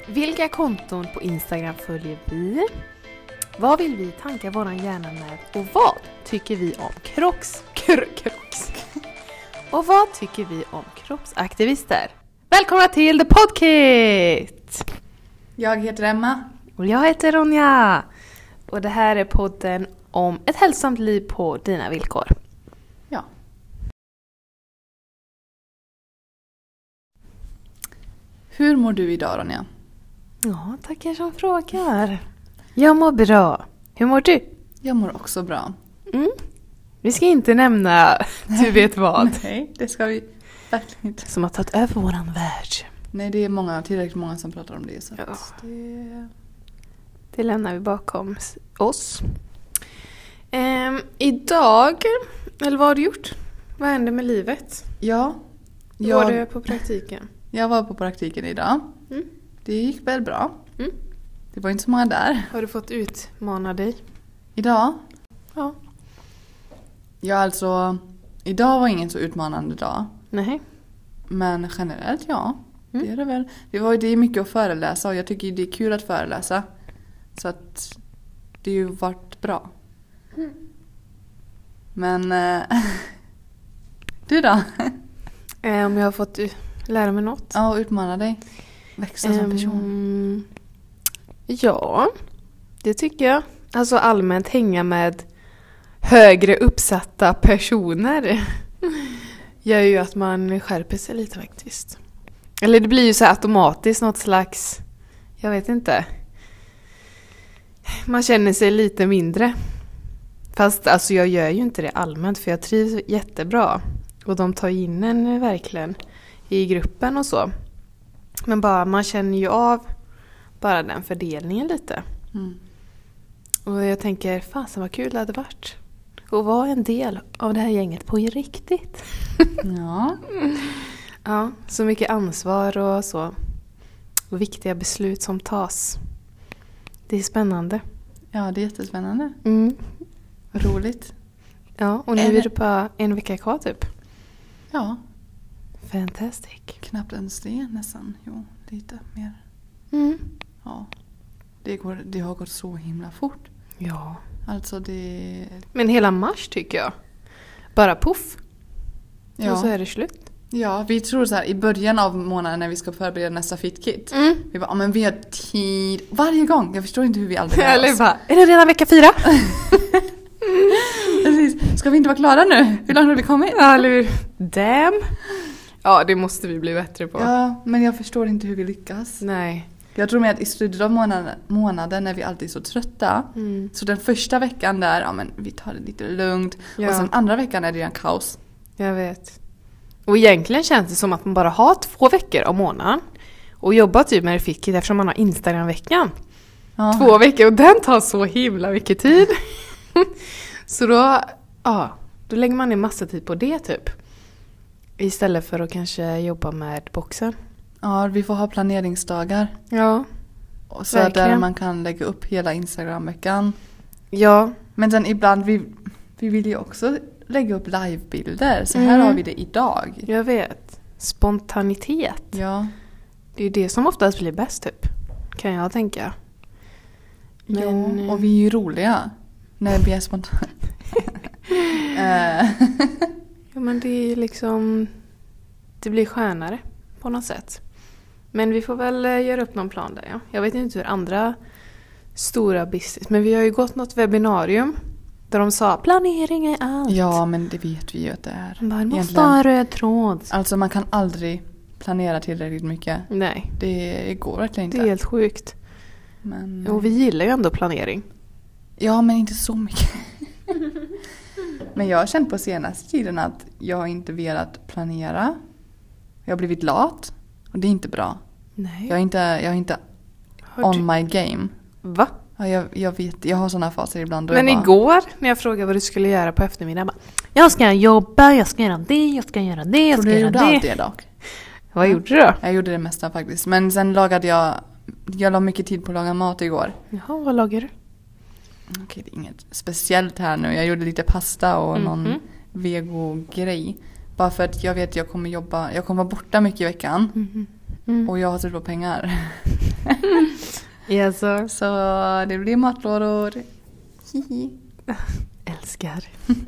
Vilka konton på Instagram följer vi? Vad vill vi tanka våran hjärna med? Och vad tycker vi om krops? Och vad tycker vi om kroppsaktivister? Välkomna till The Podcast! Jag heter Emma. Och jag heter Ronja. Och det här är podden om ett hälsosamt liv på dina villkor. Ja. Hur mår du idag, Ronja? Ja, tackar som frågar. Jag mår bra. Hur mår du? Jag mår också bra. Vi ska inte nämna du vet vad. Nej, det ska vi verkligen inte. Som har tagit över våran värld. Nej, det är tillräckligt många som pratar om det. Så Ja. att Det lämnar vi bakom oss. Idag, eller vad har du gjort? Vad hände med livet? Ja, Var du på praktiken? jag var på praktiken idag. Mm. Det gick väl bra. Mm. Det var inte så många där. Har du fått utmana dig? Idag? Ja. Ja, alltså, idag var ingen så utmanande dag. Nej. Men generellt, ja. Mm. Det är det väl. Det är mycket att föreläsa och jag tycker det är kul att föreläsa. Så att det har ju varit bra. Mm. Men du då? Om jag har fått lära mig något? Ja, utmana dig. Växa som person. Ja, det tycker jag. Alltså allmänt hänga med högre uppsatta personer gör ju att man skärper sig lite faktiskt. Eller det blir ju så automatiskt något slags, jag vet inte. Man känner sig lite mindre. Fast alltså jag gör ju inte det allmänt för jag trivs jättebra. Och de tar in en verkligen i gruppen och så. Men bara man känner ju av bara den fördelningen lite. Mm. Och jag tänker, fasen vad kul det hade varit. Och vara en del av det här gänget på riktigt. Ja. Ja, så mycket ansvar och så. Och viktiga beslut som tas. Det är spännande. Ja, det är jättespännande. Mm. Roligt. Ja, och nu är det bara en vecka kvar typ. Ja, Fantastic. knappt ens det nästan. Jo, lite mer. Mm. Ja. Det har gått så himla fort. Ja. Alltså det... Men hela mars tycker jag. Bara puff. Ja. Och så är det slut. Ja, vi tror så här i början av månaden när vi ska förbereda nästa FitKit. Vi bara, men vi har tid. Varje gång. Jag förstår inte hur vi aldrig lär Eller oss. bara, är det redan vecka 4? Precis. Ska vi inte vara klara nu? Hur långt har vi kommit? Ja, eller hur? Damn. Ja, det måste vi bli bättre på. Ja, men jag förstår inte hur vi lyckas. Nej. Jag tror med att i slutet av månaden är vi alltid så trötta. Så den första veckan där, ja men vi tar det lite lugnt. Ja. Och sen andra veckan är det en kaos. Jag vet. Och egentligen känns det som att man bara har 2 veckor om månaden. Och jobbar typ med det FitKit eftersom man har Instagram-veckan. Ja. 2 veckor och den tar så himla mycket tid. Så då lägger man ner massa tid på det typ. Istället för att kanske jobba med boxen. Ja, vi får ha planeringsdagar. Ja. Och så Verkligen. där man kan lägga upp hela Instagram-veckan. Ja. Men sen ibland, vi vill ju också lägga upp livebilder. Så här har vi det idag. Jag vet. Spontanitet. Ja. Det är ju det som oftast blir bäst typ. Kan jag tänka. Men, Ja, och vi är ju roliga. När vi är spontana. Ja, men det är liksom... Det blir skönare på något sätt. Men vi får väl göra upp någon plan där, ja. Jag vet inte hur andra stora business... Men vi har ju gått något webbinarium där de sa planering är allt. Ja, men det vet vi ju att det är. Man måste ha en röd tråd. Alltså man kan aldrig planera tillräckligt mycket. Nej, Det går verkligen inte. det är helt sjukt. Men, Och vi gillar ju ändå planering. ja, men inte så mycket. Men jag har känt på senaste tiden att jag inte velat planera. Jag har blivit lat. Och det är inte bra. Nej. Jag är inte Har on du- my game. Va? Ja, jag vet, jag har såna faser ibland. Då Men jag bara, igår när jag frågade vad du skulle göra på eftermiddagen, jag ska jobba, jag ska göra det, jag ska göra det, jag tror ska du göra gjorde det. allt det dock. Vad gjorde du då? Jag gjorde det mesta faktiskt. Men sen lagade jag la mycket tid på att laga mat igår. Jaha, vad lagar du? Okej, det är inget speciellt här nu. Jag gjorde lite pasta och någon vego-grej. Bara för att jag vet att jag kommer vara borta mycket i veckan. Och jag har slut på pengar. Ja, så. Så det blir matlådor. Hihi. Älskar.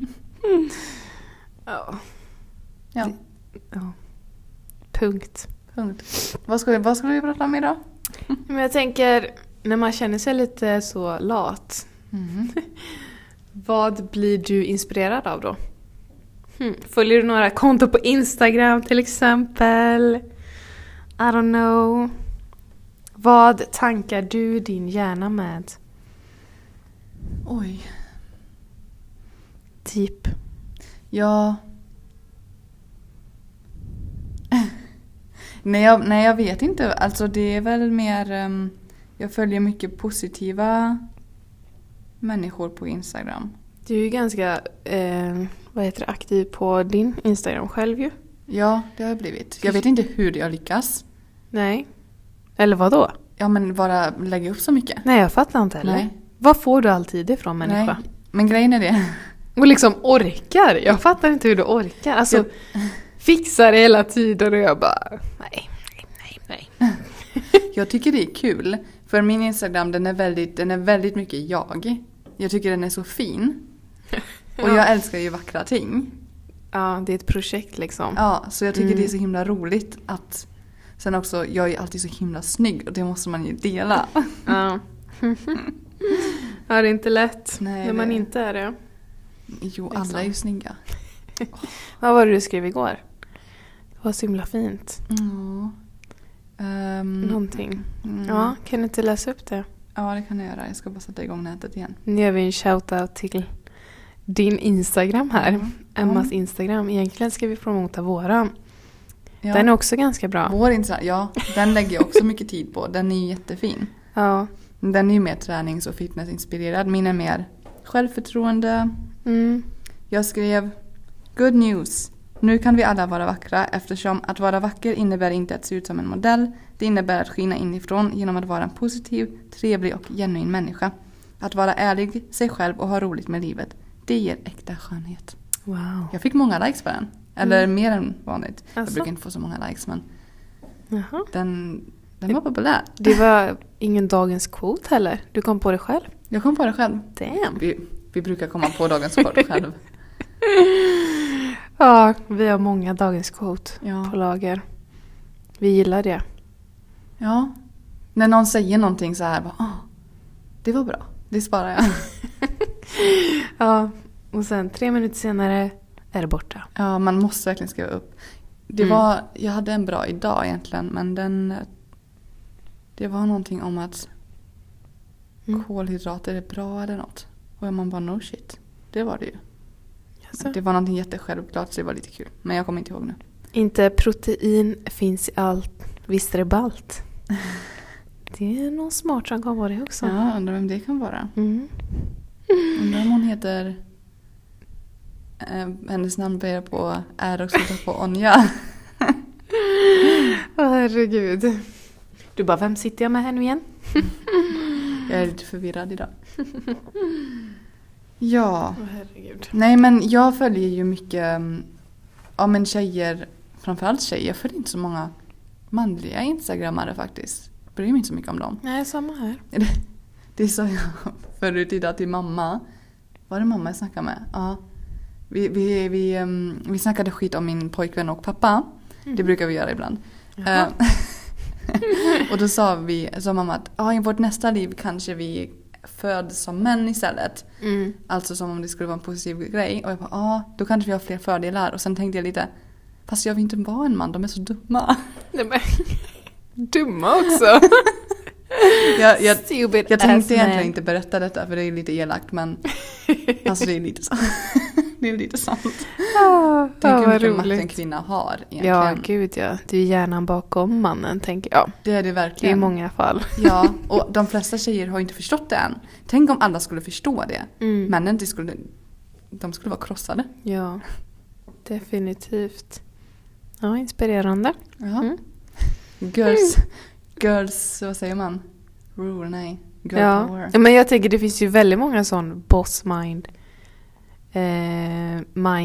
Ja. Ja. Ja. Punkt. Vad ska vi prata om idag? Men jag tänker, när man känner sig lite så lat, vad blir du inspirerad av då? Följer du några konton på Instagram till exempel? I don't know. Vad tankar du din hjärna med? Oj. Typ. Ja. Nej, jag vet inte. Alltså det är väl mer... jag följer mycket positiva människor på Instagram. Du är ju ganska aktiv på din Instagram själv ju. Ja, det har jag blivit. Jag vet inte hur jag lyckas. Nej. Eller vad då? Ja, men bara lägga upp så mycket. Nej, jag fattar inte heller. Nej. Vad får du alltid ifrån människa? Nej, men grejen är det. Och liksom orkar. Jag fattar inte hur du orkar. Alltså, fixar det hela tiden och jag bara, nej. Jag tycker det är kul. För min Instagram, den är väldigt mycket jag. Jag tycker den är så fin. Och jag älskar ju vackra ting. Ja, det är ett projekt liksom. Ja, så jag tycker det är så himla roligt att... Sen också, jag är alltid så himla snygg och det måste man ju dela. Ja. Ja, det är inte lätt Nej, när man inte är det. Jo, alla är ju snygga. Vad var det du skrev igår? Det var så himla fint. Ja. Någonting. Ja, kan du inte läsa upp det? Ja, det kan jag göra. Jag ska bara sätta igång nätet igen. Nu gör vi en shoutout till din Instagram här. Emmas Instagram. Egentligen ska vi promota våran. Ja. Den är också ganska bra. Vår Instagram, ja. Den lägger jag också mycket tid på. Den är ju jättefin. Ja. Den är ju mer tränings- och fitnessinspirerad. Min är mer självförtroende. Jag skrev Good news. Nu kan vi alla vara vackra eftersom att vara vacker innebär inte att se ut som en modell. Det innebär att skina inifrån genom att vara en positiv, trevlig och genuin människa. Att vara ärlig, sig själv och ha roligt med livet. Det ger äkta skönhet. Wow. Jag fick många likes på den. Eller mer än vanligt. Alltså? Jag brukar inte få så många likes, men Jaha. den var populär. Det var ingen dagens quote heller. Du kom på det själv. Jag kom på det själv. Damn. Vi brukar komma på dagens quote själv. Ja, vi har många dagens quote Ja. på lager. Vi gillar det. Ja. När någon säger någonting så här, bara, det var bra. Det sparar jag. Ja, och sen 3 minuter senare är det borta. Ja, man måste verkligen skriva upp. Jag hade en bra idag egentligen, men det var någonting om att kolhydrater är bra eller något. Och man bara, no shit. Det var det ju. Alltså. Det var någonting jättesjälvklart, så det var lite kul. Men jag kommer inte ihåg nu. Inte protein finns i allt. Visst är det ballt. Det är någon smart som kan vara det också. Ja, undrar vem det kan vara. Undrar om hon heter... hennes namn börjar på R och slutar på Onja. Herregud. Du bara, vem sitter jag med här nu igen? Jag är lite förvirrad idag. Ja. Herregud. Nej, men jag följer ju mycket... Ja, men tjejer... Framförallt tjejer. Jag följer inte så många manliga instagrammare faktiskt. Jag bryr mig inte så mycket om dem. Nej, samma här. Det sa jag förut idag till mamma. Var det mamma jag snackade med? Ja. Vi snackade skit om min pojkvän och pappa. Det brukar vi göra ibland. Och då sa mamma att i vårt nästa liv kanske vi föds som män istället. Alltså som om det skulle vara en positiv grej. Och jag bara, då kanske vi har fler fördelar. Och sen tänkte jag lite, fast jag vill inte vara en man, de är så dumma. Nej, men, dumma också. Jag tänkte egentligen inte berätta detta för det är lite elakt, men alltså det är lite så. Det är lite sant. Tänk hur mycket makt en kvinna har egentligen. Ja, gud ja. Det är hjärnan bakom mannen, tänker jag. Det är det verkligen. I många fall. Ja, och de flesta tjejer har inte förstått det än. Tänk om alla skulle förstå det. Männen de skulle vara krossade. Ja, definitivt. Ja, inspirerande. Ja. Girls, vad säger man? Rule, nej. Girl power. Ja, men jag tänker det finns ju väldigt många sån boss mind.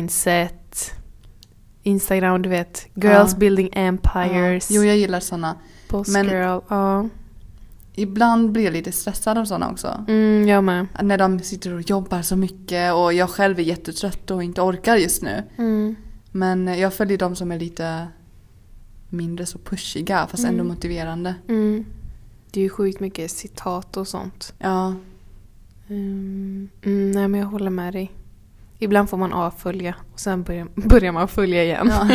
Mindset. Instagram, du vet. Girls building empires. Jo, jag gillar såna. Boss Men girl, ja. Ibland blir jag lite stressad av sådana också. Jag med. När de sitter och jobbar så mycket och jag själv är jättetrött och inte orkar just nu. Men jag följer de som är lite mindre så pushiga fast ändå motiverande. Det är ju sjukt mycket citat och sånt. Ja. Nej, men jag håller med dig. Ibland får man avfölja och sen börjar man följa igen. Ja.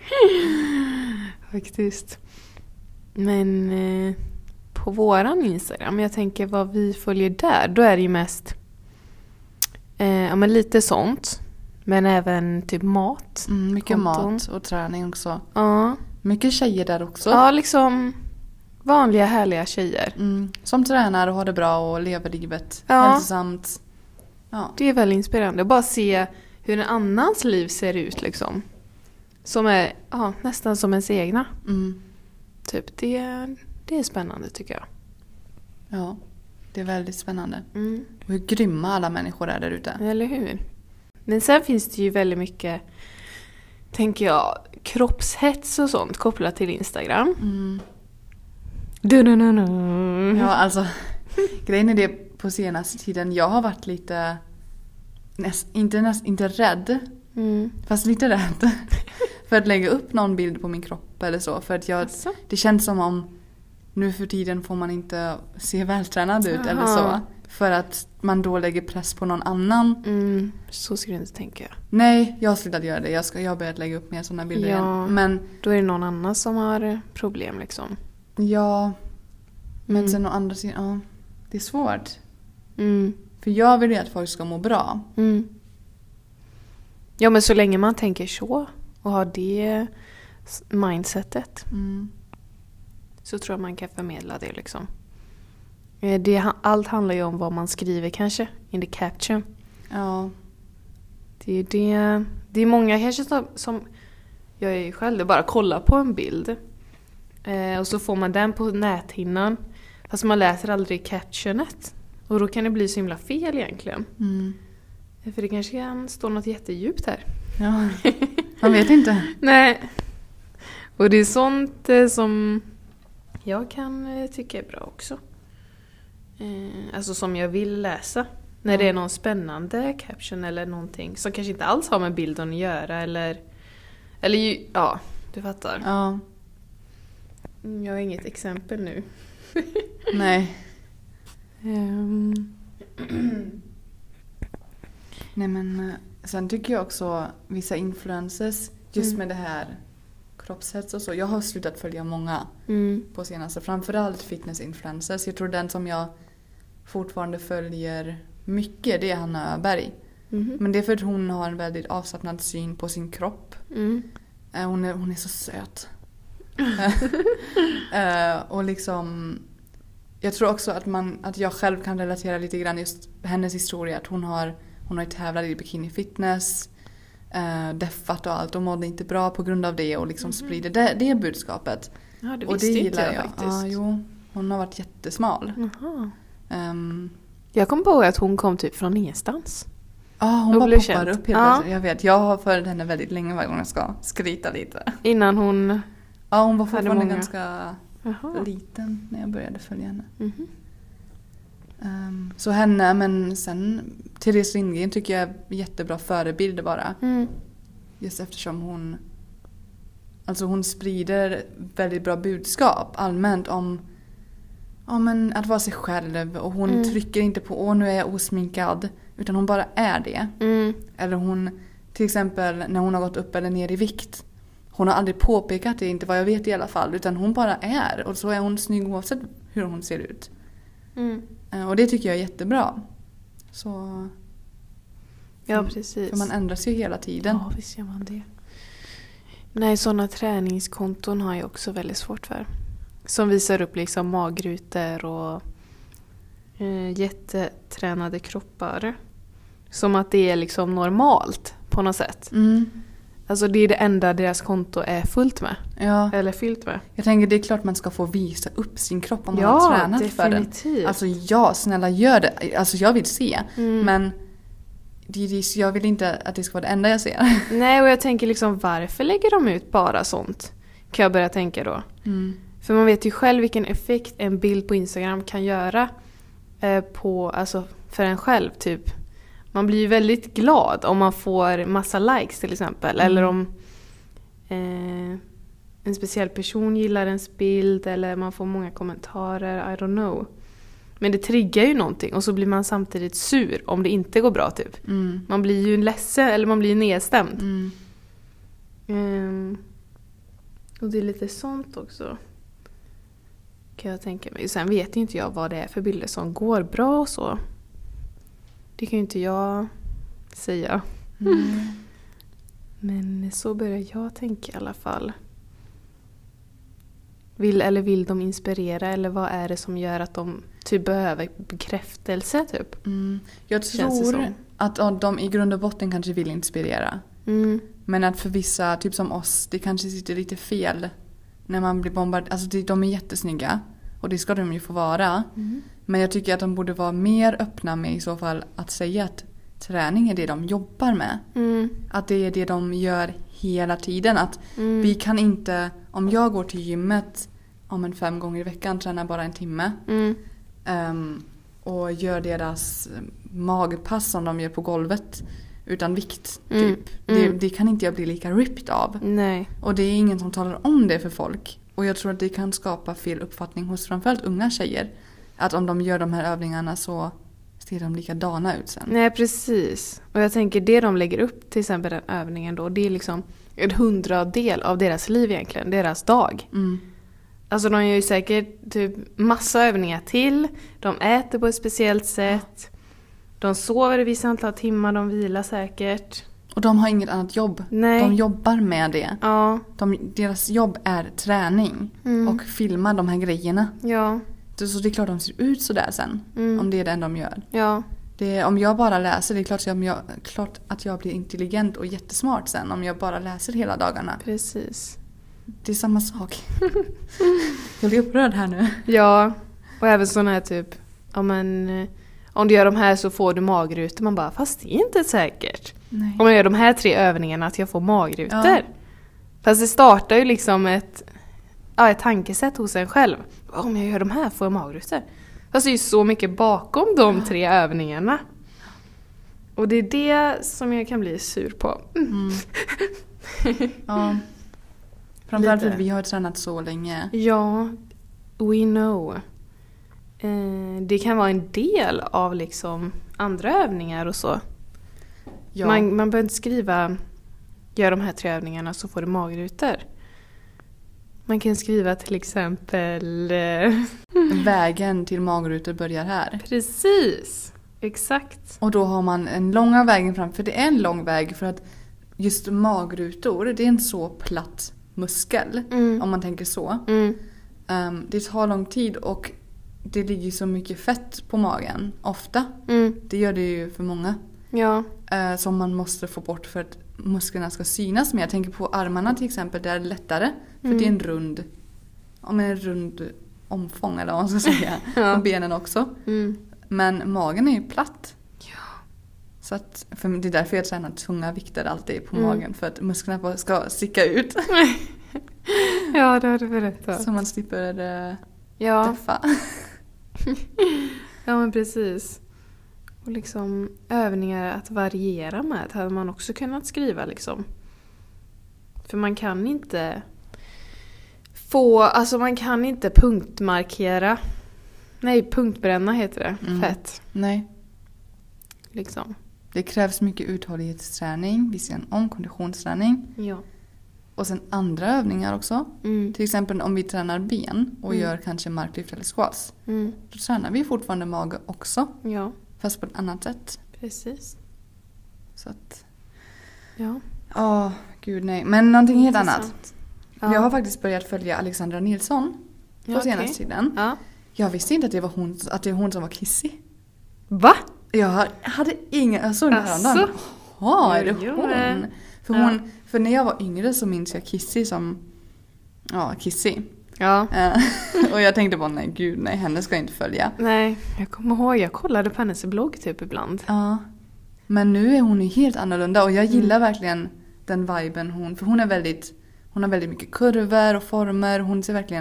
Faktiskt. Men på våran Instagram, jag tänker vad vi följer där, då är det ju mest men lite sånt. Men även typ mat. Mycket konton. mat och träning också. Ja. Mycket tjejer där också. Ja, liksom vanliga härliga tjejer. Som tränar och har det bra och lever livet Ja. hälsosamt. Ja. Det är väldigt inspirerande. Att bara se hur en annans liv ser ut liksom. Som är nästan som ens egna. Typ det är spännande tycker jag. Ja, det är väldigt spännande. Och hur grymma alla människor är där ute. Eller hur? Men sen finns det ju väldigt mycket, tänker jag, kroppshets och sånt kopplat till Instagram. Ja, alltså grejen är det på senaste tiden. Jag har varit lite inte rädd. Fast lite rädd. För att lägga upp någon bild på min kropp eller så. För att det känns som om nu för tiden får man inte se vältränad ut eller så. För att man då lägger press på någon annan. Så skulle jag inte tänka. Nej, jag slutade göra det. Jag har börjat lägga upp mer sådana bilder igen. Men då är det någon annan som har problem liksom. Ja. Men sen å andra sidan, ja, det är svårt. För jag vill ju att folk ska må bra. Ja, men så länge man tänker så och har det mindsetet så tror jag man kan förmedla det liksom. Allt handlar ju om vad man skriver kanske in the caption. Ja. Det är många kanske som jag är ju själv, det bara kolla på en bild och så får man den på näthinnan fast man läser aldrig captionet och då kan det bli så himla fel egentligen. För det kanske kan stå något jättedjupt här. Ja, man vet inte. Nej. Och det är sånt som jag kan tycka är bra också. Alltså som jag vill läsa. När det är någon spännande caption eller någonting som kanske inte alls har med bilden att göra. Eller ja, du fattar. Ja. Jag har inget exempel nu. Nej. Nej, men sen tycker jag också vissa influencers just med det här kroppshets och så. Jag har slutat följa många på senaste. Framförallt fitness-influencers. Jag tror den som jag fortfarande följer mycket, det är Hanna Öberg. Men det är för att hon har en väldigt avslappnad syn på sin kropp. Hon är så söt. Och liksom jag tror också att jag själv kan relatera lite grann just hennes historia. Att hon har tävlat i bikini fitness, deffat och allt och mådde inte bra på grund av det och liksom sprider det budskapet. Ja, det och visste inte jag faktiskt. Ja, jo, hon har varit jättesmal. Jag kom på att hon kom typ från ingenstans. Ja, hon bara poppar upp helt plötsligt. Jag vet, jag har följt henne väldigt länge varje gång jag ska skryta lite. Innan hon... Ja, hon var fortfarande ganska liten när jag började följa henne. Så henne, men sen Therese Lindgren tycker jag är jättebra förebild bara. Just eftersom hon sprider väldigt bra budskap allmänt om men att vara sig själv. Och hon trycker inte på nu är jag osminkad. Utan hon bara är det. Eller hon, till exempel när hon har gått upp eller ner i vikt. Hon har aldrig påpekat det, inte vad jag vet i alla fall. Utan hon bara är. Och så är hon snygg oavsett hur hon ser ut. Och det tycker jag är jättebra. Så... Ja, precis. För man ändras ju hela tiden. Ja, visst gör man det. Nej, sådana träningskonton har jag också väldigt svårt för. Som visar upp liksom magrutor och jättetränade kroppar. Som att det är liksom normalt på något sätt. Alltså det är det enda deras konto är fullt med. Ja. Eller fyllt med. Jag tänker det är klart man ska få visa upp sin kropp om man har tränat definitivt. För den. Alltså ja, snälla gör det. Alltså jag vill se. Men jag vill inte att det ska vara det enda jag ser. Nej, och jag tänker liksom varför lägger de ut bara sånt? Kan jag börja tänka då. För man vet ju själv vilken effekt en bild på Instagram kan göra alltså för en själv typ. Man blir ju väldigt glad om man får massa likes till exempel. Eller om en speciell person gillar ens bild eller man får många kommentarer, I don't know. Men det triggar ju någonting och så blir man samtidigt sur om det inte går bra typ. Man blir ju ledsen eller man blir nedstämd. Och det är lite sånt också. Kan jag tänka mig. Sen vet ju inte jag vad det är för bilder som går bra och så. Det kan ju inte jag säga. Men så börjar jag tänka i alla fall. Vill de inspirera eller vad är det som gör att de typ behöver bekräftelse typ? Jag tror att de i grund och botten kanske vill inspirera. Men att för vissa, typ som oss, det kanske sitter lite fel när man blir bombad. Alltså de är jättesnygga och det ska de ju få vara. Men jag tycker att de borde vara mer öppna med i så fall att säga att träning är det de jobbar med. Att det är det de gör hela tiden. Att vi kan inte, om jag går till gymmet 5 gånger i veckan, tränar bara 1 timme och gör deras magpass som de gör på golvet utan vikt typ. Det kan inte jag bli lika ripped av. Nej. Och det är ingen som talar om det för folk. Och jag tror att det kan skapa fel uppfattning hos framförallt unga tjejer. Att om de gör de här övningarna så ser de likadana ut sen. Nej, precis. Och jag tänker det de lägger upp, till exempel den övningen då, det är liksom 100-del av deras liv egentligen, deras dag. Alltså de gör ju säkert typ massa övningar till. De äter på ett speciellt sätt. De sover i vissa antal timmar, de vilar säkert. Och de har inget annat jobb. Nej. De jobbar med det. Ja. Deras jobb är träning och filma de här grejerna. Ja. Så det är klart de ser ut sådär sen. Om det är det enda de gör. Ja. Om jag bara läser, det är klart att jag blir intelligent och jättesmart sen. Om jag bara läser hela dagarna. Precis. Det är samma sak. Jag blir upprörd här nu. Ja, och även sådana här typ, om du gör de här så får du magrutor. Man bara, fast det är inte säkert. Nej. Om jag gör de här 3 övningarna att jag får magrutor. Ja. Fast det startar ju liksom ett tankesätt hos en själv. Om jag gör de här får jag magrutor. Fast det är ju så mycket bakom de 3 övningarna. Och det är det som jag kan bli sur på. Ja. Framförallt för att vi har tränat så länge. Ja, we know. Det kan vara en del av liksom andra övningar och så. Ja. Man behöver inte skriva gör de här 3 övningarna så får du magrutor. Man kan skriva till exempel vägen till magrutor börjar här. Precis, exakt. Och då har man en långa vägen fram. För det är en lång väg för att just magrutor, det är en så platt muskel. Om man tänker så. Det tar lång tid och det ligger så mycket fett på magen. Ofta. Det gör det ju för många. Ja. Som man måste få bort för att musklerna ska synas mer. Jag tänker på armarna till exempel. Där är det lättare. För det är en rund omfång eller vad man ska säga. Och benen också. Men magen är ju platt. Ja. Så att, för det är därför jag tränar tunga vikter alltid på magen. För att musklerna ska sticka ut. Ja, det har du berättat. Så man slipper däffa. Ja, men precis. Och liksom övningar att variera med hade man också kunnat skriva liksom. För man kan inte man kan inte punktmarkera. Nej, punktbränna heter det. Fett. Nej. Liksom. Det krävs mycket uthållighetsträning, visserligen om konditionsträning. Ja. Och sen andra övningar också. Till exempel om vi tränar ben och gör kanske marklyft eller squats. Då tränar vi fortfarande mage också. Ja. Fast på ett annat sätt. Precis. Så att... Ja. Gud nej. Men någonting helt annat. Ja. Jag har faktiskt börjat följa Alexandra Nilsson på senaste tiden. Ja. Jag visste inte att det är hon som var Kissy. Va? Jag hade ingen... Jag såg den här dagen. Ja, är det hon? För när jag var yngre så minns jag Kissy som... Ja, Kissy. Ja. Och jag tänkte bara, nej, henne ska jag inte följa. Nej, jag kommer ihåg, jag kollade på hennes blogg typ ibland. Ja. Men nu är hon ju helt annorlunda och jag gillar verkligen den viben för hon har väldigt mycket kurvor och former. Hon ser verkligen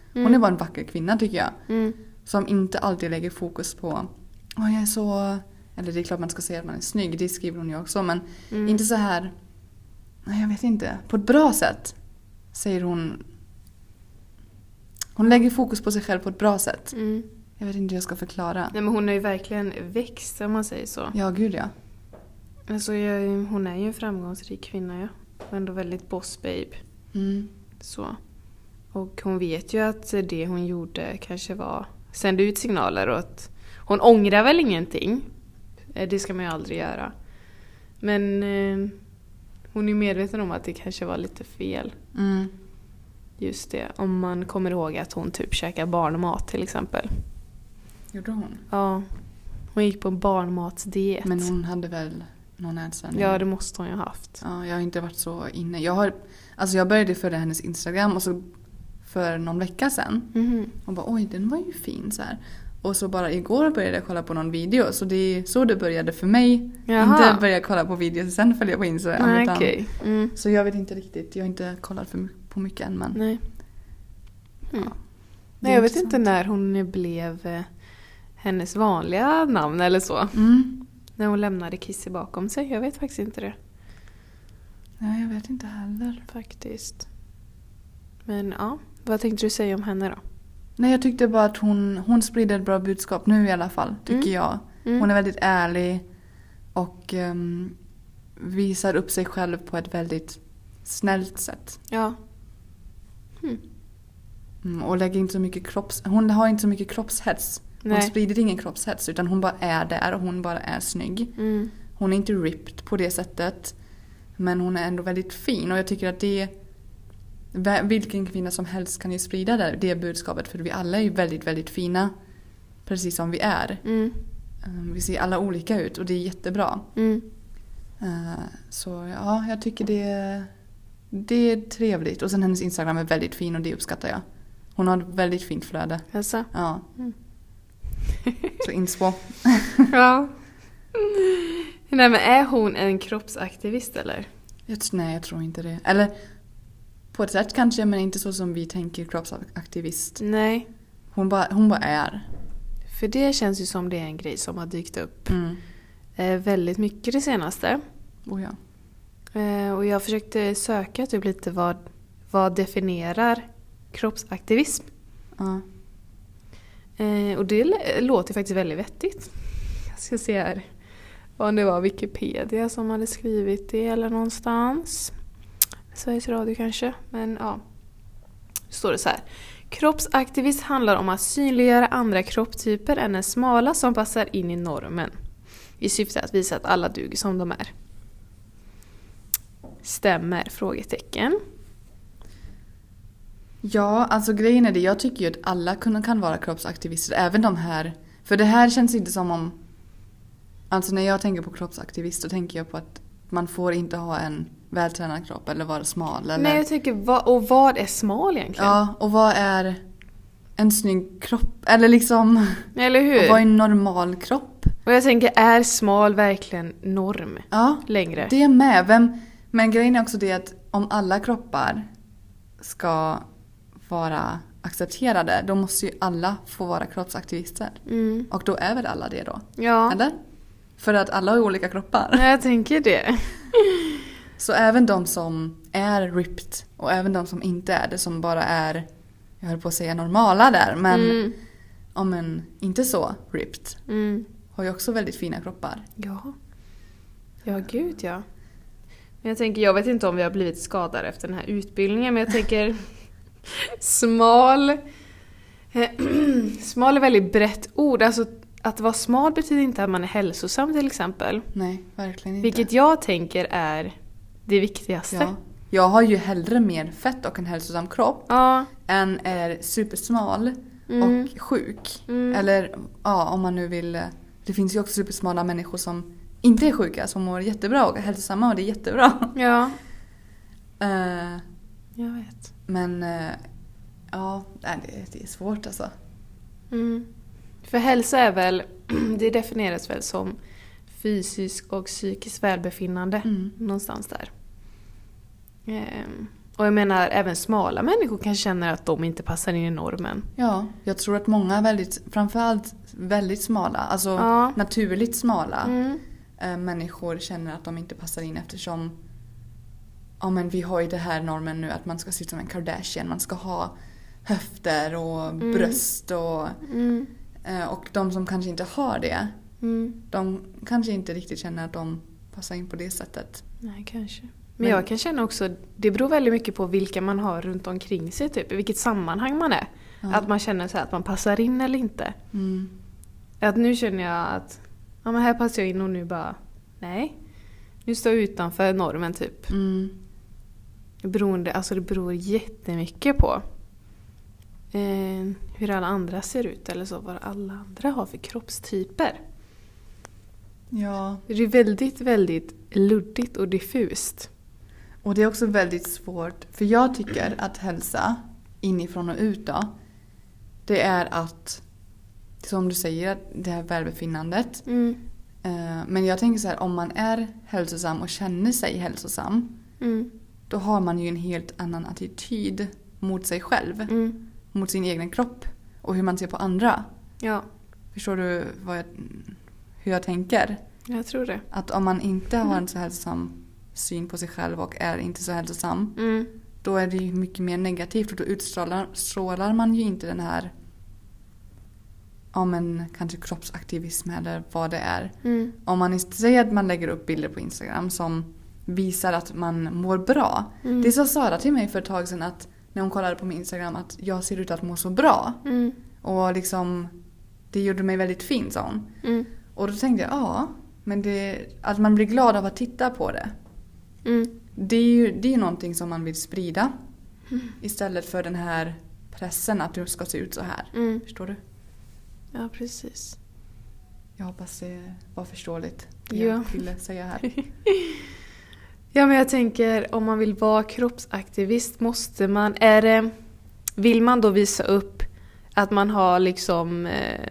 Hon är bara en vacker kvinna tycker jag. Som inte alltid lägger fokus på jag är så... Eller det är klart man ska säga att man är snygg. Det skriver hon ju också. Men inte så här... Nej, jag vet inte. På ett bra sätt säger hon... Hon lägger fokus på sig själv på ett bra sätt. Jag vet inte hur jag ska förklara. Nej, men hon har ju verkligen växt om man säger så. Ja, gud ja. Alltså, hon är ju en framgångsrik kvinna, ja. Och ändå väldigt boss babe. Så. Och hon vet ju att det hon gjorde kanske var... Sände ut signaler och att... Hon ångrar väl ingenting. Det ska man ju aldrig göra. Men hon är medveten om att det kanske var lite fel. Just det. Om man kommer ihåg att hon typ käkar barnmat till exempel. Gjorde hon? Ja. Hon gick på en barnmatsdiet. Men hon hade väl någon ätstörning? Ja, det måste hon ju ha haft. Ja, jag har inte varit så inne. Jag började följa hennes Instagram och så för någon vecka sedan. Och bara, oj, den var ju fin så här. Och så bara igår började jag kolla på någon video. Så det är så det började för mig. Jaha. Inte börja kolla på videos och sen följa på Instagram. Nej, okej. Så jag vet inte riktigt. Jag har inte kollat på mycket än. Men... Nej. Ja, Nej, jag vet inte när hon blev hennes vanliga namn eller så. När hon lämnade Kissy bakom sig. Jag vet faktiskt inte det. Nej, jag vet inte heller. Faktiskt. Men ja, vad tänkte du säga om henne då? Nej, jag tyckte bara att hon sprider ett bra budskap nu i alla fall, tycker jag. Hon är väldigt ärlig och visar upp sig själv på ett väldigt snällt sätt. Ja. Och lägger inte så mycket hon har inte så mycket kroppshets. Hon Nej. sprider ingen kroppshets utan hon bara är där och hon bara är snygg. Hon är inte ripped på det sättet. Men hon är ändå väldigt fin och jag tycker att vilken kvinna som helst kan ju sprida det budskapet för vi alla är ju väldigt, väldigt fina precis som vi är. Vi ser alla olika ut och det är jättebra. Så ja, jag tycker det är trevligt och sen hennes Instagram är väldigt fin och det uppskattar jag. Hon har ett väldigt fint flöde. Alltså. Ja. Så inspo. Ja. Nej, men är hon en kroppsaktivist eller? Nej, jag tror inte det. Eller på ett sätt kanske, men inte så som vi tänker kroppsaktivist. Nej. Hon bara är. För det känns ju som det är en grej som har dykt upp väldigt mycket det senaste. Oh ja. Och jag försökte söka typ lite vad definierar kroppsaktivism. Och det låter faktiskt väldigt vettigt. Jag ska se här om det var Wikipedia som hade skrivit det eller någonstans. Sveriges Radio kanske. Men ja, står det så här. Kroppsaktivism handlar om att synliggöra andra kroppstyper än den smala som passar in i normen. I syfte att visa att alla duger som de är. Stämmer? Frågetecken. Ja, alltså grejen är det. Jag tycker ju att alla kan vara kroppsaktivister. Även de här. För det här känns inte som om... Alltså när jag tänker på kroppsaktivist så tänker jag på att man får inte ha en vältränad kropp eller vara smal. Eller... Nej, jag tycker, vad är smal egentligen? Ja, och vad är en snygg kropp? Eller liksom... Eller hur? Och vad är en normal kropp? Och jag tänker, är smal verkligen norm längre? Det är med. Men grejen är också det att om alla kroppar ska vara accepterade, då måste ju alla få vara kroppsaktivister. Och då är väl alla det då? Ja. Eller? För att alla har olika kroppar. Ja, jag tänker det. Så även de som är ripped och även de som inte är det, som bara är, jag höll på att säga normala där, men inte så ripped, har ju också väldigt fina kroppar. Ja. Ja, gud ja. Men jag vet inte om vi har blivit skadade efter den här utbildningen, men jag tänker smal är väldigt brett ord. Alltså att vara smal betyder inte att man är hälsosam till exempel. Nej, verkligen inte. Vilket jag tänker är det viktigaste. Ja. Jag har ju hellre mer fett och en hälsosam kropp än är supersmal och sjuk. Eller om man nu vill... Det finns ju också supersmala människor som inte är sjuka, som mår jättebra och är hälsosamma och det är jättebra. Ja. Jag vet. Men det är svårt alltså. För hälsa är väl, det definieras väl som fysisk och psykisk välbefinnande någonstans där. Och jag menar, även smala människor kan känna att de inte passar in i normen. Ja, jag tror att många framförallt väldigt smala, alltså naturligt smala människor känner att de inte passar in eftersom men vi har ju det här normen nu att man ska se ut som en Kardashian, man ska ha höfter och bröst och de som kanske inte har det, de kanske inte riktigt känner att de passar in på det sättet. Nej, kanske. Men jag kan känna också, det beror väldigt mycket på vilka man har runt omkring sig typ, i vilket sammanhang man är. Ja. Att man känner så här att man passar in eller inte. Att nu känner jag att men här passar jag in och nu bara nej. Nu står jag utanför normen typ. Det beror jättemycket på hur alla andra ser ut eller så, vad alla andra har för kroppstyper. Ja. Det är väldigt, väldigt luddigt och diffust. Och det är också väldigt svårt, för jag tycker att hälsa inifrån och ut då, det är att, som du säger, det här välbefinnandet. Men jag tänker så här, om man är hälsosam och känner sig hälsosam, då har man ju en helt annan attityd mot sig själv, mot sin egen kropp och hur man ser på andra. Ja. Förstår du hur jag tänker? Jag tror det. Att om man inte har en så hälsosam syn på sig själv och är inte så hälsosam, då är det ju mycket mer negativt och då utstrålar man ju inte den här kanske kroppsaktivism eller vad det är. Om man säger att man lägger upp bilder på Instagram som visar att man mår bra. Det sa Sara till mig för ett tag sedan, att när hon kollade på min Instagram, att jag ser ut att må så bra. Och liksom det gjorde mig väldigt fin, sa hon. Och då tänkte jag, men att man blir glad av att titta på det. Det är ju någonting som man vill sprida. Istället för den här pressen att du ska se ut så här. Förstår du? Ja, precis. Jag hoppas det var förståeligt. Jag ville säga här. Ja, men jag tänker, om man vill vara kroppsaktivist vill man då visa upp att man har liksom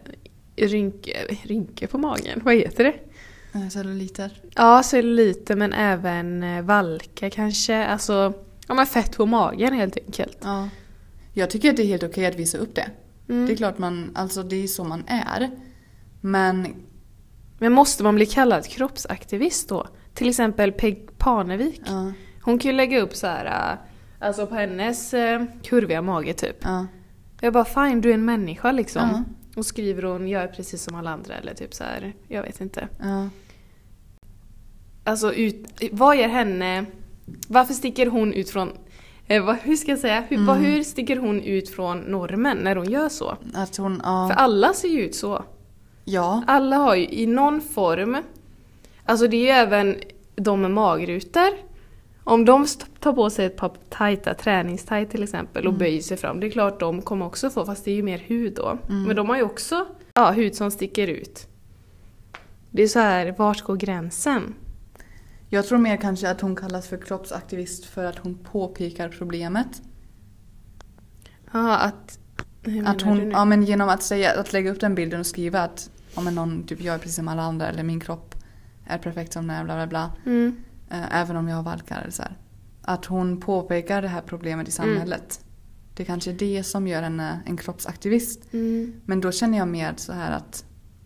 rynkor på magen? Vad heter det? Celluliter. Ja, celluliter, men även valkar kanske. Alltså, fett på magen helt enkelt. Ja. Jag tycker att det är helt okej att visa upp det. Det är klart det är så man är. Men måste man bli kallad kroppsaktivist då? Till exempel Peg Parnevik. Ja. Hon kan ju lägga upp så här, alltså på hennes kurviga mage typ. Ja. Jag bara, fine, du är en människa liksom. Ja. Och skriver hon, jag är precis som alla andra eller typ så här, jag vet inte. Ja. Alltså, vad gör henne, varför sticker hon ut från, hur ska jag säga, hur sticker hon ut från normen när hon gör så? Att hon, För alla ser ju ut så. Ja. Alla har ju i någon form, alltså det är ju även de med magrutor. Om de tar på sig ett par tajta träningstajt till exempel och böjer sig fram, det är klart de kommer också få, fast det är ju mer hud då. Men de har ju också hud som sticker ut. Det är så här, vart går gränsen? Jag tror mer kanske att hon kallas för kroppsaktivist för att hon påpekar problemet. Ja, att hon, men genom att lägga upp den bilden och skriva att någon typ, jag är precis som alla andra eller min kropp är perfekt som den är, bla bla bla. Även om jag har valkar eller så här. Att hon påpekar det här problemet i samhället. Det är kanske det som gör henne en kroppsaktivist. Men då känner jag mer så här att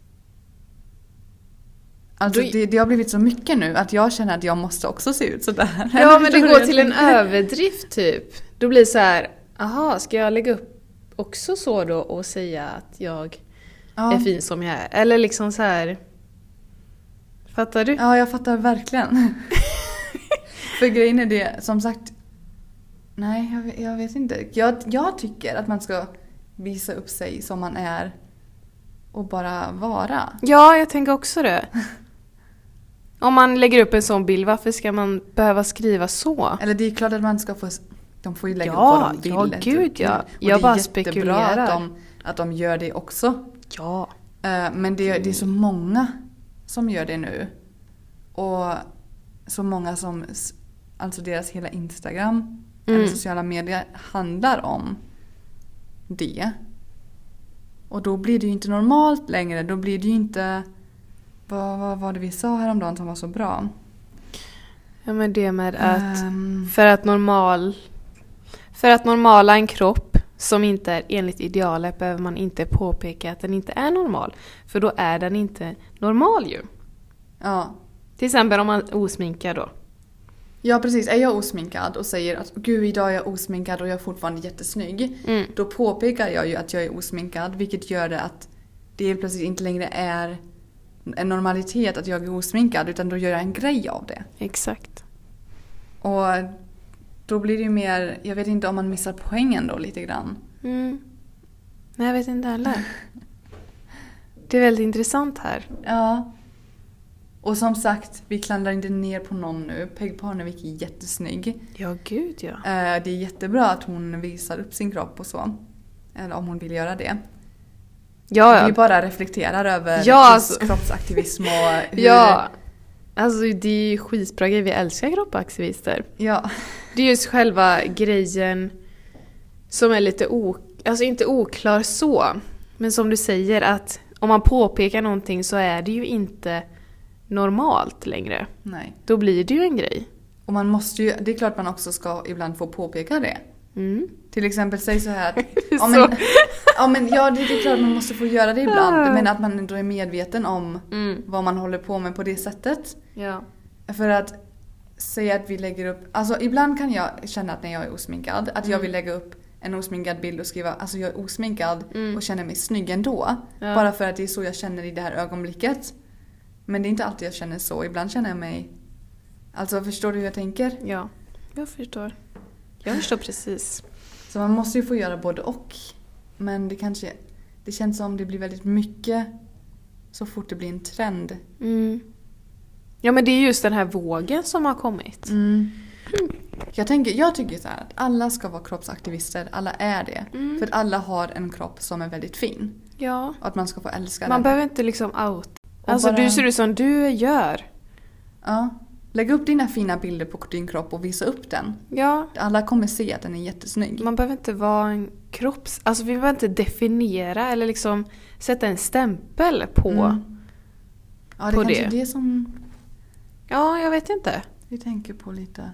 alltså det har blivit så mycket nu att jag känner att jag måste också se ut så där. Ja, men det går till en överdrift typ. Då blir det så här, ska jag lägga upp också så då och säga att jag är fin som jag är? Eller liksom så här, fattar du? Ja, jag fattar verkligen. För grejen är det, som sagt, nej, jag vet inte. Jag tycker att man ska visa upp sig som man är och bara vara. Ja, jag tänker också det. Om man lägger upp en sån bild, varför ska man behöva skriva så? Eller det är klart att man ska få, de får ju lägga upp vad de vill. Ja, gud ja. Och jag bara spekulerar. Det är jättebra att de gör det också. Ja. Men det är så många som gör det nu. Och så många som, alltså deras hela Instagram eller sociala medier handlar om det. Och då blir det ju inte normalt längre. Då blir det ju inte, vad var det vi sa häromdagen som var så bra? Ja, men det med att för att För att normala en kropp som inte är enligt idealet behöver man inte påpeka att den inte är normal. För då är den inte normal ju. Ja. Till exempel om man är osminkad då. Ja, precis. Är jag osminkad och säger att gud, idag är jag osminkad och jag är fortfarande jättesnygg. Då påpekar jag ju att jag är osminkad, vilket gör det att det plötsligt inte längre är en normalitet att jag är osminkad, utan då gör jag en grej av det. Exakt. Och då blir det ju mer, jag vet inte om man missar poängen då lite grann. Nej, jag vet inte heller. Det är väldigt intressant här. Ja. Och som sagt, vi klandrar inte ner på någon nu. Peg Parnevik är jättesnygg. Ja, gud ja. Det är jättebra att hon visar upp sin kropp och så. Eller om hon vill göra det. Ja. Vi bara reflekterar över kroppsaktivism och hur... Ja, alltså det är ju skitbra grejer. Vi älskar kroppsaktivister. Ja. Det är just själva grejen som är lite alltså inte oklar så. Men som du säger, att om man påpekar någonting så är det ju inte normalt längre. Nej. Då blir det ju en grej. Och man måste ju, det är klart man också ska ibland få påpeka det. Till exempel säg så här att, det är klart man måste få göra det ibland, men att man ändå är medveten om vad man håller på med på det sättet. Ja. För att säga att vi lägger upp, alltså ibland kan jag känna att när jag är osminkad, att jag vill lägga upp en osminkad bild och skriva alltså jag är osminkad och känner mig snygg ändå. Ja. Bara för att det är så jag känner i det här ögonblicket. Men det är inte alltid jag känner så. Ibland känner jag mig... Alltså, förstår du hur jag tänker? Ja, jag förstår. Jag förstår precis. Så man måste ju få göra både och. Men det känns som det blir väldigt mycket så fort det blir en trend. Ja, men det är just den här vågen som har kommit. Jag tycker så här att alla ska vara kroppsaktivister. Alla är det. För att alla har en kropp som är väldigt fin. Ja. Och att man ska få älska den. Man behöver inte liksom out. Alltså du ser ut som du gör. Ja. Lägg upp dina fina bilder på din kropp och visa upp den. Ja. Alla kommer se att den är jättesnygg. Man behöver inte vara en alltså vi behöver inte definiera eller liksom sätta en stämpel på Ja, det på kanske är det som... Ja, jag vet inte. Vi tänker på lite...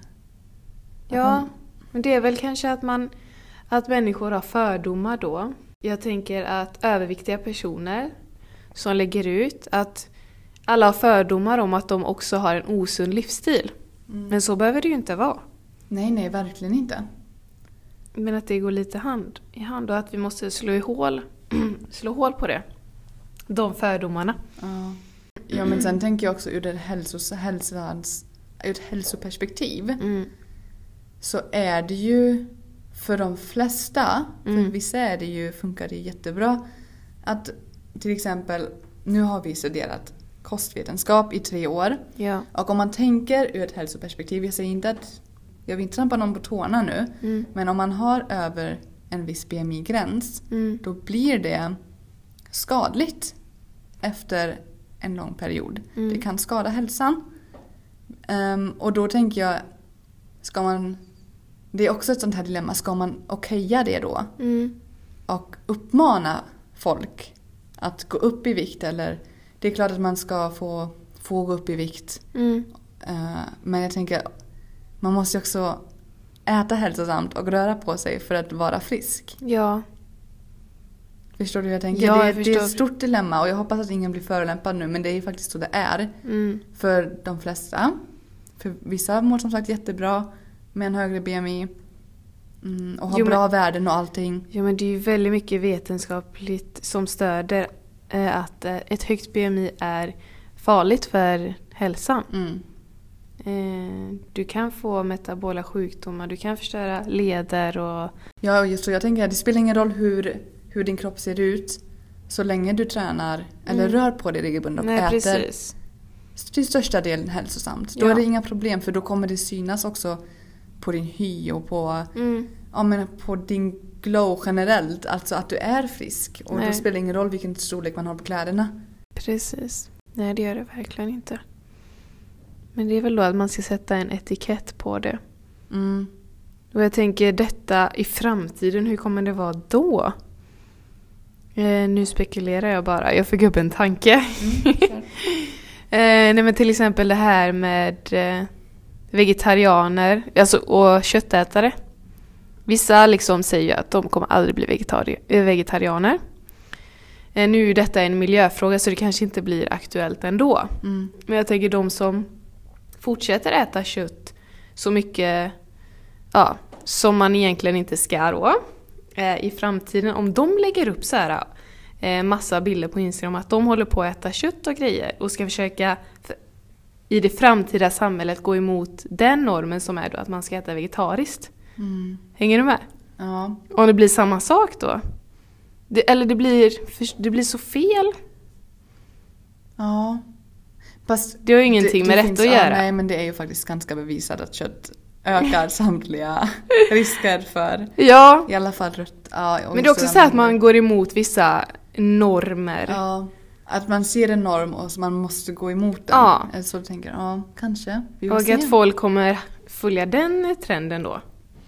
Ja, men det är väl kanske att människor har fördomar då. Jag tänker att överviktiga personer som lägger ut att alla har fördomar om att de också har en osund livsstil. Men så behöver det ju inte vara. Nej, verkligen inte. Men att det går lite hand i hand och att vi måste slå hål på det. De fördomarna. Ja, men sen tänker jag också ur ett hälsoperspektiv så är det ju för de flesta, för vissa funkar det jättebra att till exempel, nu har vi studerat kostvetenskap i 3 år. Ja. Och om man tänker ur ett hälsoperspektiv, jag säger inte att jag vill inte trampa någon på tårna nu, men om man har över en viss BMI-gräns, då blir det skadligt efter en lång period. Det kan skada hälsan. Och då tänker jag, det är också ett sånt här dilemma, ska man okeja det då? Och uppmana folk att gå upp i vikt, eller det är klart att man ska få gå upp i vikt. Men jag tänker, man måste också äta hälsosamt och röra på sig för att vara frisk. Ja. Förstår du hur jag tänker? Ja, det är ett stort dilemma och jag hoppas att ingen blir förolämpad nu, men det är faktiskt så det är. För de flesta. För vissa mår som sagt jättebra med en högre BMI och har bra värden och allting. Ja, men det är ju väldigt mycket vetenskapligt som stöder att ett högt BMI är farligt för hälsan. Du kan få metabola sjukdomar, du kan förstöra leder och... Ja, just så jag tänker att det spelar ingen roll hur din kropp ser ut så länge du tränar eller rör på dig regelbundet och äter precis. Till största delen hälsosamt. Då är det inga problem, för då kommer det synas också på din hy och på din glow generellt. Alltså att du är frisk. Och då spelar det ingen roll vilken storlek man har på kläderna. Precis. Nej, det gör det verkligen inte. Men det är väl då att man ska sätta en etikett på det. Och jag tänker detta i framtiden, hur kommer det vara då? Nu spekulerar jag bara. Jag fick upp en tanke. Nej, men till exempel det här med vegetarianer och köttätare. Vissa liksom säger att de kommer aldrig bli vegetarianer. Nu är detta en miljöfråga så det kanske inte blir aktuellt ändå. Men jag tänker de som fortsätter äta kött så mycket som man egentligen inte ska då. I framtiden, om de lägger upp så här massa bilder på Instagram att de håller på att äta kött och grejer och ska försöka i det framtida samhället gå emot den normen som är då att man ska äta vegetariskt. Hänger du med? Ja. Om det blir samma sak då? Det blir så fel. Ja. Fast det har ju ingenting med rätt att göra. Nej, men det är ju faktiskt ganska bevisat att kött ökar samtliga risker för i alla fall rött. Ja, men det är också så att man går emot vissa normer. Ja, att man ser en norm och så man måste gå emot den. Ja. Så du tänker, kanske. Och att folk kommer följa den trenden då.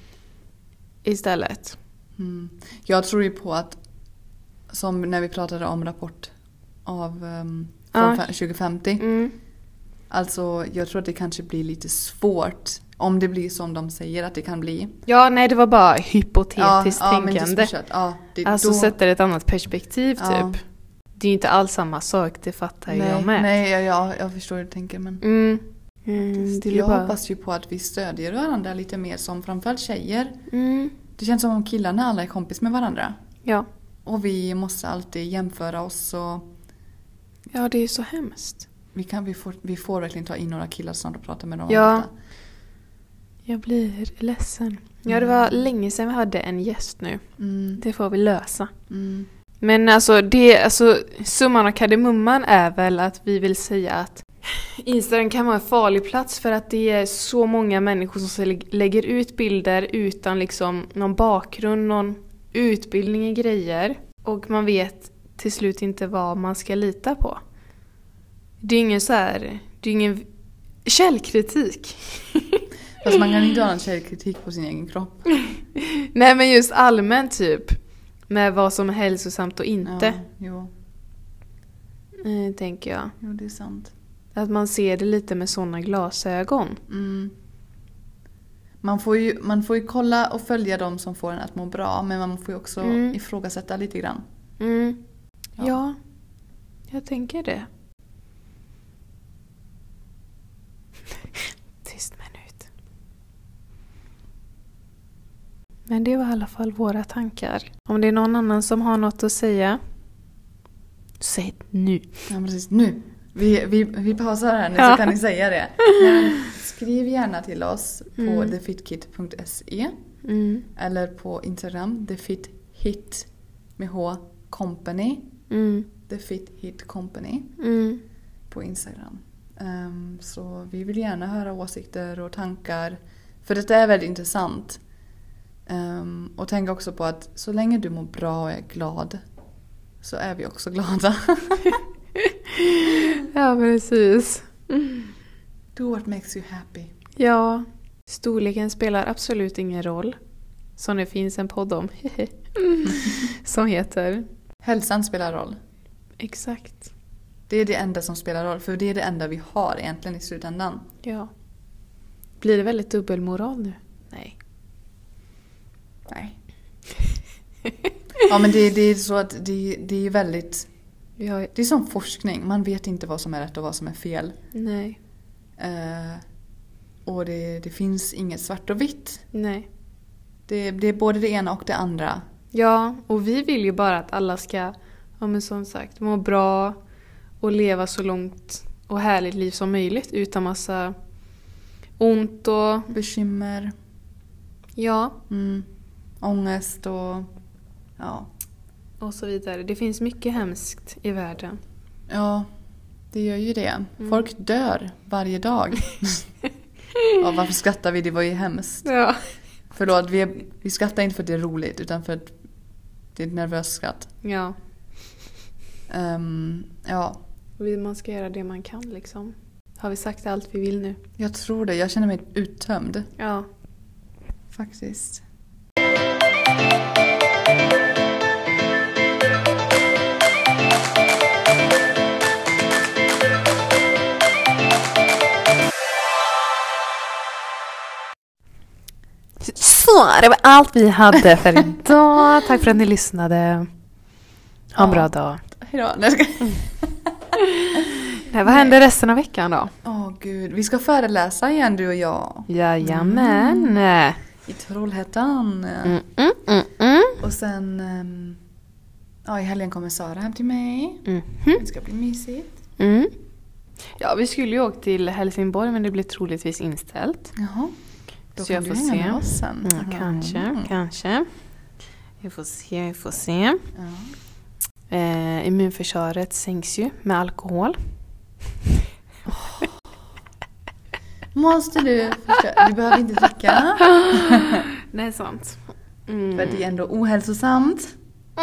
Istället. Jag tror ju på att, som när vi pratade om rapport av från 2050. Alltså jag tror att det kanske blir lite svårt om det blir som de säger att det kan bli. Ja, nej, det var bara hypotetiskt tänkande. Alltså då sätter ett annat perspektiv typ. Det är ju inte alls samma sak, det fattar jag med. Nej, jag förstår hur du tänker. Men jag hoppas ju på att vi stödjer varandra lite mer som framförallt tjejer. Det känns som om killarna alla är kompis med varandra. Ja. Och vi måste alltid jämföra oss. Ja, det är så hemskt. Vi får verkligen ta in några killar snart och prata med dem. Ja. Jag blir ledsen. Ja, det var länge sedan vi hade en gäst nu. Det får vi lösa. Men alltså, summan av kardemumman är väl att vi vill säga att Instagram kan vara en farlig plats för att det är så många människor som lägger ut bilder utan liksom någon bakgrund, någon utbildning i grejer. Och man vet till slut inte vad man ska lita på. Det är ingen källkritik. Fast man kan inte ha en källkritik på sin egen kropp. Nej, men just allmänt typ. Med vad som är hälsosamt och inte. Ja, tänker jag. Jo, det är sant. Att man ser det lite med såna glasögon. Man får ju kolla och följa dem som får en att må bra. Men man får ju också ifrågasätta lite grann. Ja, jag tänker det. Tyst minut. Men det var i alla fall våra tankar. Om det är någon annan som har något att säga, säg nu. Ja, precis. Nu. Vi pausar här nu så kan ni säga det. Skriv gärna till oss på thefitkit.se eller på Instagram thefithit med H company. Thefithit company på Instagram. Så vi vill gärna höra åsikter och tankar. För det är väldigt intressant. Och tänk också på att så länge du mår bra och är glad så är vi också glada. Ja, precis. Do what makes you happy. Ja, storleken spelar absolut ingen roll. Som det finns en podd om. Som heter Hälsan spelar roll. Exakt. Det är det enda som spelar roll. För det är det enda vi har egentligen i slutändan. Ja. Blir det väldigt dubbelmoral nu? Nej. Ja, men det är så att det är väldigt... Det är som forskning. Man vet inte vad som är rätt och vad som är fel. Nej. Och det finns inget svart och vitt. Nej. Det är både det ena och det andra. Ja, och vi vill ju bara att alla ska, men som sagt, må bra och leva så långt och härligt liv som möjligt utan massa ont och bekymmer. Ja. Ångest och så vidare. Det finns mycket hemskt i världen. Ja, det gör ju det. Folk dör varje dag. Ja, varför skrattar vi? Det var ju hemskt. Ja. Förlåt, vi skrattar inte för att det är roligt utan för att det är ett nervöst skratt. Ja. Ja. Man ska göra det man kan liksom. Har vi sagt allt vi vill nu? Jag tror det. Jag känner mig uttömd. Ja. Faktiskt. Så, det var allt vi hade för idag. Tack för att ni lyssnade. Ha en bra dag. Hejdå. Nej, vad händer resten av veckan då? Gud, vi ska föreläsa igen du och jag. Jajamän. I Trollhättan. Och sen i helgen kommer Sara hem till mig. Det ska bli mysigt. Ja, vi skulle ju åka till Helsingborg, men det blir troligtvis inställt. Jaha. Då så kan jag du får hänga se. med oss sen. Kanske. Vi får se. Ja. Immunförsvaret sänks ju med alkohol. Måste du förstå? Du behöver inte dricka. Nej, sant. För det är ändå ohälsosamt.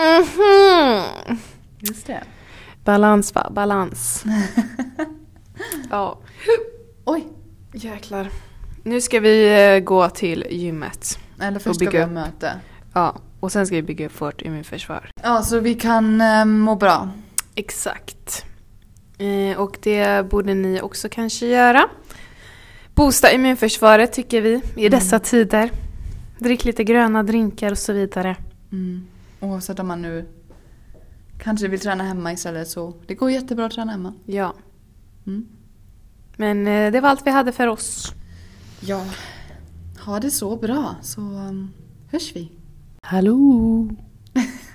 Just det. Balans. Ja. Oj. Jäklar. Nu ska vi gå till gymmet. Eller först ska vi ha möte. Ja, och sen ska vi bygga upp vårt immunförsvar. Ja, så vi kan må bra. Exakt. Och det borde ni också kanske göra. Boosta immunförsvaret tycker vi i dessa tider. Drick lite gröna drinkar och så vidare. Oavsett om man nu kanske vill träna hemma istället, så det går jättebra att träna hemma. Ja. Men det var allt vi hade för oss. Ja. Ha det så bra, så hörs vi. Hallå!